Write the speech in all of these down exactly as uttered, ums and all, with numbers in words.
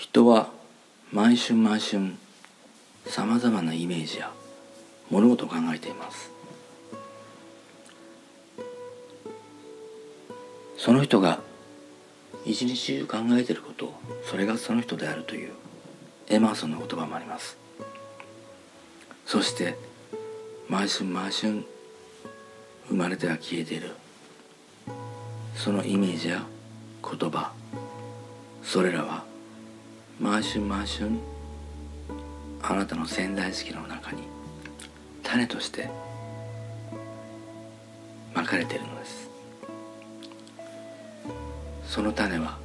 人は毎春毎春さまざまなイメージや物事を考えています。その人が一日中考えていること、それがその人であるというエマーソンの言葉もあります。そして毎春毎春生まれては消えているそのイメージや言葉、それらは毎春毎春あなたの潜在意識の中に種としてまかれているのです。その種は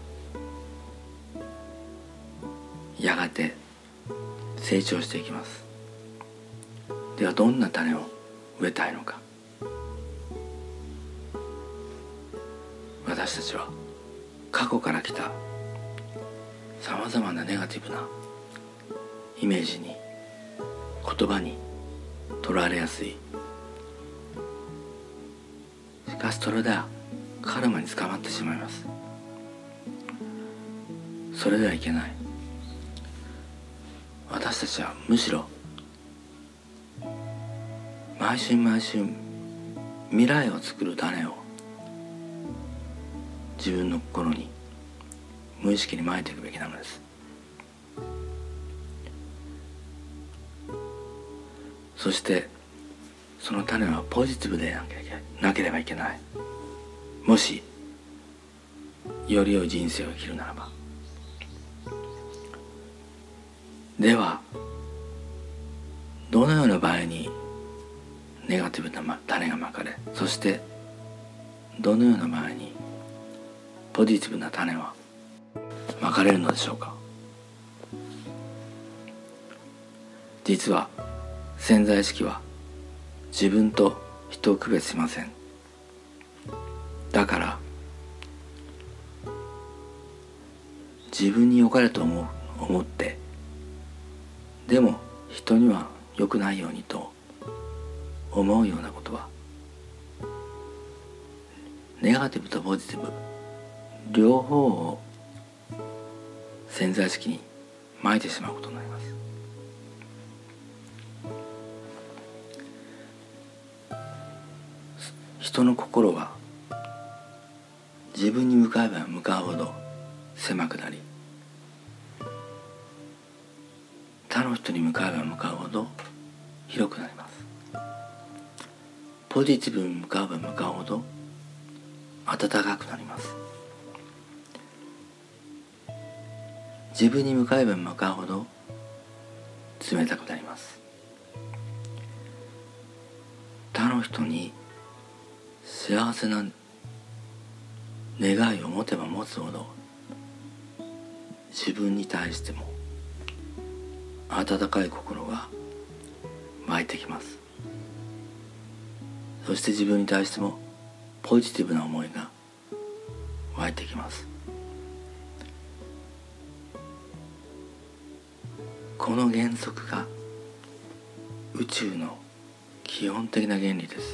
やがて成長していきます。ではどんな種を植えたいのか。私たちは過去から来たさまざまなネガティブなイメージに、言葉にとらわれやすい。しかしそれではカルマに捕まってしまいます。それではいけない。私たちはむしろ毎春毎春未来を作る種を自分の心に無意識にまいていくべきなのです。そしてその種はポジティブでなければいけない。もしより良い人生を生きるならば。ではどのような場合にネガティブな種がまかれ、そしてどのような場合にポジティブな種はまかれるのでしょうか。実は潜在意識は自分と人を区別しません。だから自分に良かれと思う思ってでも人には良くないようにと思うようなことは、ネガティブとポジティブ両方を潜在意識にまいてしまうことになります。人の心は自分に向かえば向かうほど狭くなり、他の人に向かえば向かうほど広くなります。ポジティブに向かえば向かうほど温かくなります。自分に向かえば向かうほど冷たくなります。他の人に幸せな願いを持てば持つほど自分に対しても温かい心が湧いてきます。そして自分に対してもポジティブな思いが湧いてきます。この原則が宇宙の基本的な原理です。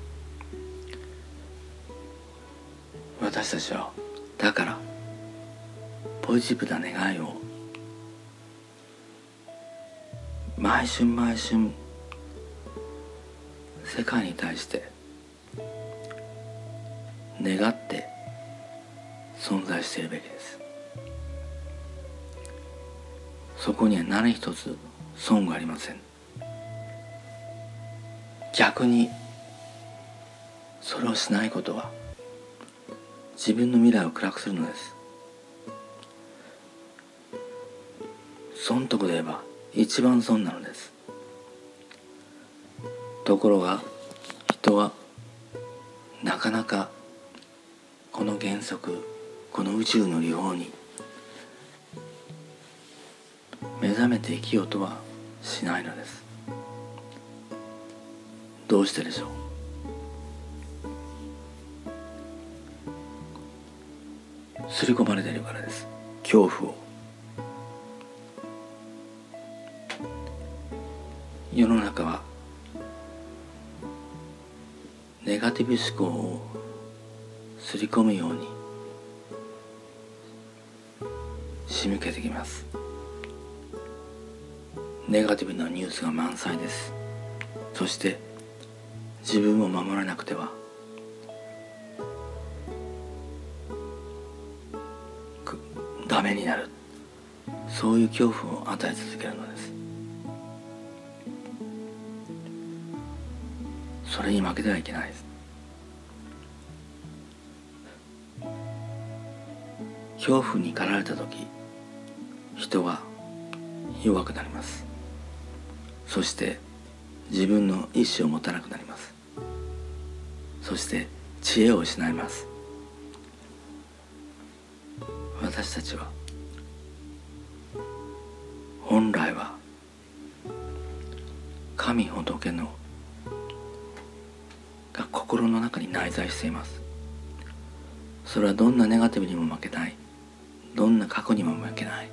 私たちはだからポジティブな願いを毎春毎春世界に対して願って存在しているべきです。そこには何一つ損がありません。逆にそれをしないことは自分の未来を暗くするのです。損得で言えば一番損なのです。ところが人はなかなかこの原則、この宇宙の理法に目覚めて生きようとはしないのです。どうしてでしょう。刷り込まれているからです。恐怖を。世の中はネガティブ思考を刷り込むように仕向けてきます。ネガティブなニュースが満載です。そして自分を守らなくてはダメになる、そういう恐怖を与え続けるのです。それに負けてはいけないです。恐怖に駆られた時、人は弱くなります。そして自分の意志を持たなくなります。そして知恵を失います。私たちは本来は神仏のが心の中に内在しています。それはどんなネガティブにも負けない、どんな過去にも負けない、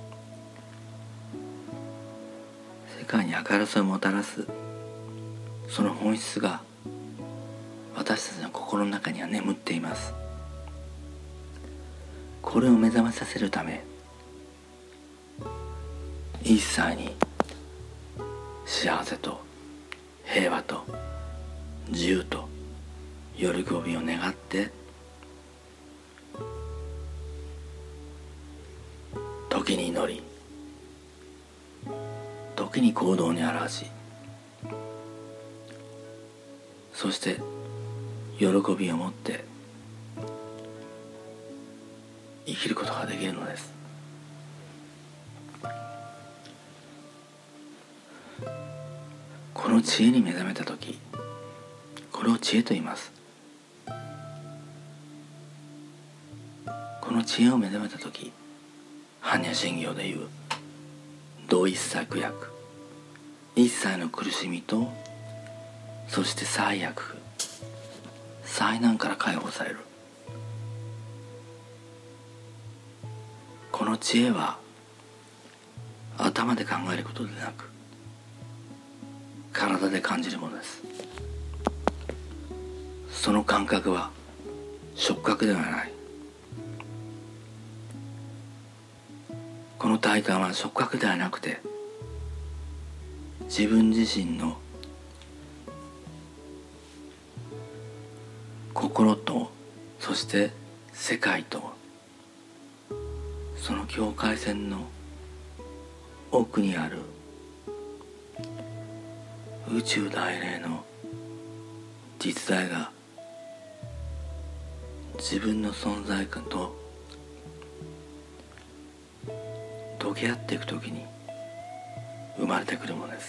世界に明るさをもたらすその本質が私たちの心の中には眠っています。これを目覚めさせるため、一切に幸せと平和と自由と喜びを願って時に祈り、時に行動に表し、そして喜びを持って生きることができるのです。この知恵に目覚めたとき、これを知恵と言います。この知恵を目覚めたとき、般若心経でいう同一切苦役、一切の苦しみと、そして災悪、災難から解放される。この知恵は頭で考えることでなく、体で感じるものです。その感覚は触覚ではない。この体感は触覚ではなくて、自分自身の心と、そして世界と、その境界線の奥にある宇宙大霊の実在が自分の存在感と溶け合っていくときに生まれてくるものです。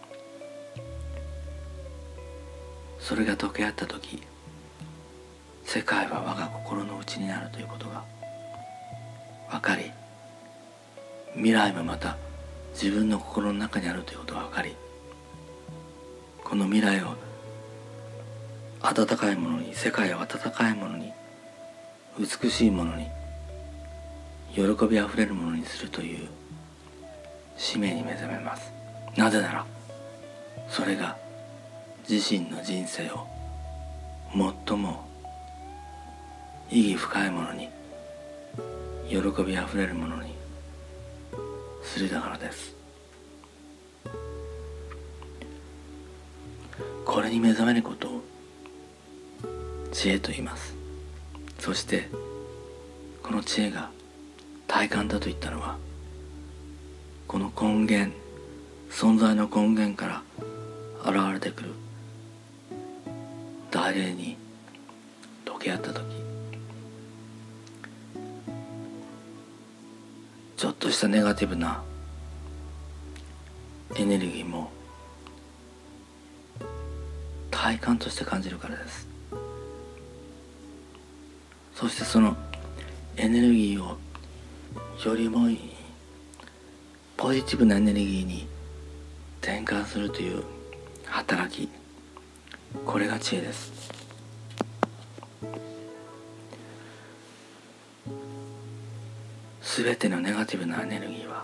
それが溶け合ったとき、世界は我が心の内になるということが分かり、未来もまた自分の心の中にあるということが分かり、この未来を温かいものに、世界を温かいものに、美しいものに、喜びあふれるものにするという使命に目覚めます。なぜならそれが自身の人生を最も意義深いものに、喜びあふれるものにするだからです。これに目覚めることを知恵と言います。そしてこの知恵が体感だと言ったのは、この根源、存在の根源から現れてくる大霊に溶け合ったとき、ちょっとしたネガティブなエネルギーも体感として感じるからです。そしてそのエネルギーをよりもポジティブなエネルギーに転換するという働き、これが知恵です。すべてのネガティブなエネルギーは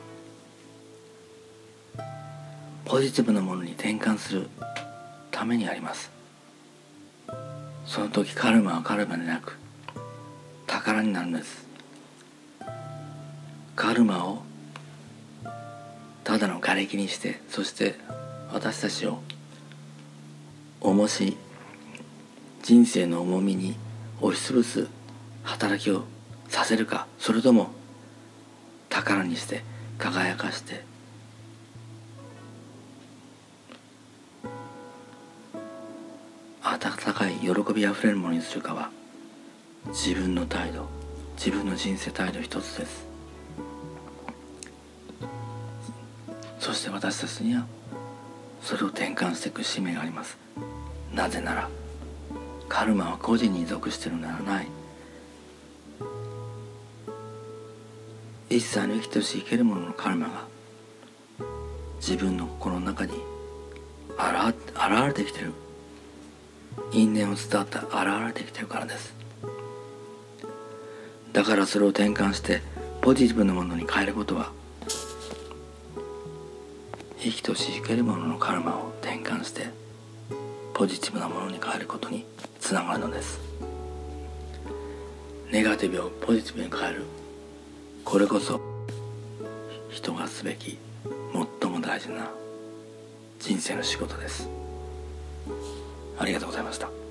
ポジティブなものに転換するためにあります。その時カルマはカルマでなく宝になるんです。 カルマをただの瓦礫にして、そして私たちを重し人生の重みに押しつぶす働きをさせるか、それとも宝にして輝かして温かい喜びあふれるものにするかは、自分の態度、自分の人生態度一つです。そして私たちにはそれを転換していく使命があります。なぜならカルマは個人に属しているのではない。一切の生きとし生けるもののカルマが自分の心の中に現れてきている。因縁を伝わって現れてきているからです。だからそれを転換してポジティブなものに変えることは、生きとし生けるもののカルマを転換してポジティブなものに変えることにつながるのです。ネガティブをポジティブに変える、これこそ人がすべき最も大事な人生の仕事です。ありがとうございました。